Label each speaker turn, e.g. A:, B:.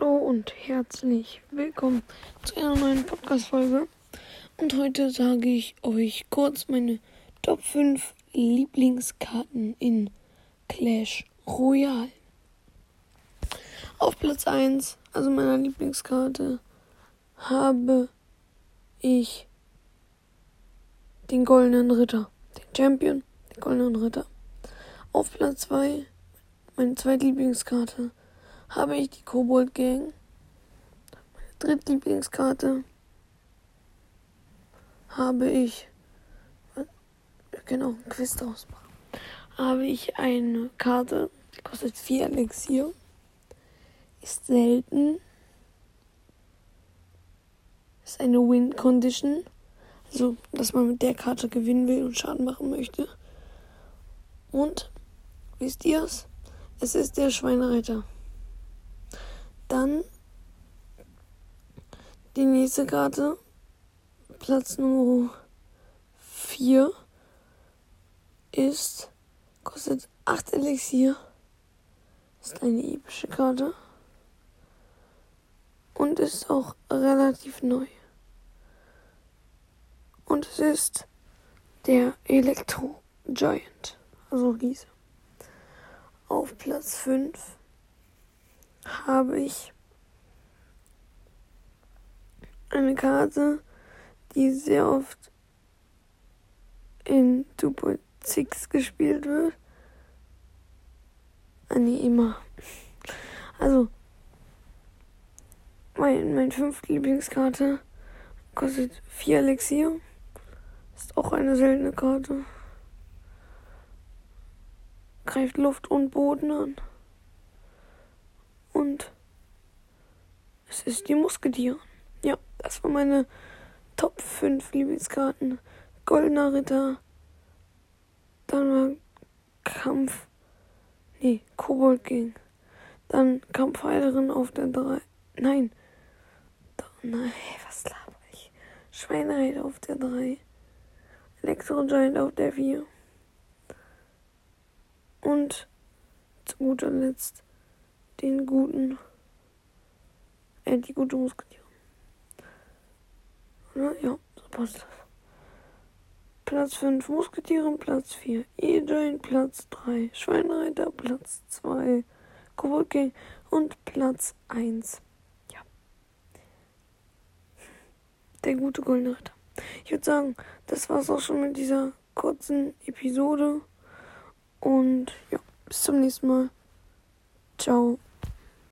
A: Hallo und herzlich willkommen zu einer neuen Podcast-Folge. Und heute sage ich euch kurz meine Top 5 Lieblingskarten in Clash Royale. Auf Platz 1, also meiner Lieblingskarte, habe ich den Goldenen Ritter. Den Champion, den Goldenen Ritter. Auf Platz 2, meine zweitlieblingskarte, habe ich die Kobold Gang. Meine drittlieblingskarte habe ich, wir können auch einen Quiz draus machen, habe ich eine Karte, die kostet 4 Elixier, ist selten, ist eine Win-Condition, also dass man mit der Karte gewinnen will und Schaden machen möchte. Und, wisst ihr es? Es ist der Schweinereiter. Dann die nächste Karte, Platz Nummer 4, kostet 8 Elixier, ist eine epische Karte und ist auch relativ neu. Und es ist der Elektro Giant, also Riese. Auf Platz 5 habe ich eine Karte, die sehr oft in 2.6 gespielt wird. Immer. Also, mein 5. Lieblingskarte kostet 4 Elixier. Ist auch eine seltene Karte. Greift Luft und Boden an. Und es ist die Musketiere. Ja, das waren meine Top 5 Lieblingskarten. Goldener Ritter. Dann war Kobold Gang. Dann Kampfheilerin auf der 3. Nein, was laber ich? Schweinereiter auf der 3. Elektro Giant auf der 4. Und zu guter Letzt die gute Musketiere. Ja, so passt das. Platz 5 Musketiere, Platz 4 E-Giant, Platz 3 Schweinereiter, Platz 2 Kobold Gang und Platz 1, ja, der gute Goldene Ritter. Ich würde sagen, das war's auch schon mit dieser kurzen Episode. Und ja, bis zum nächsten Mal. Ciao.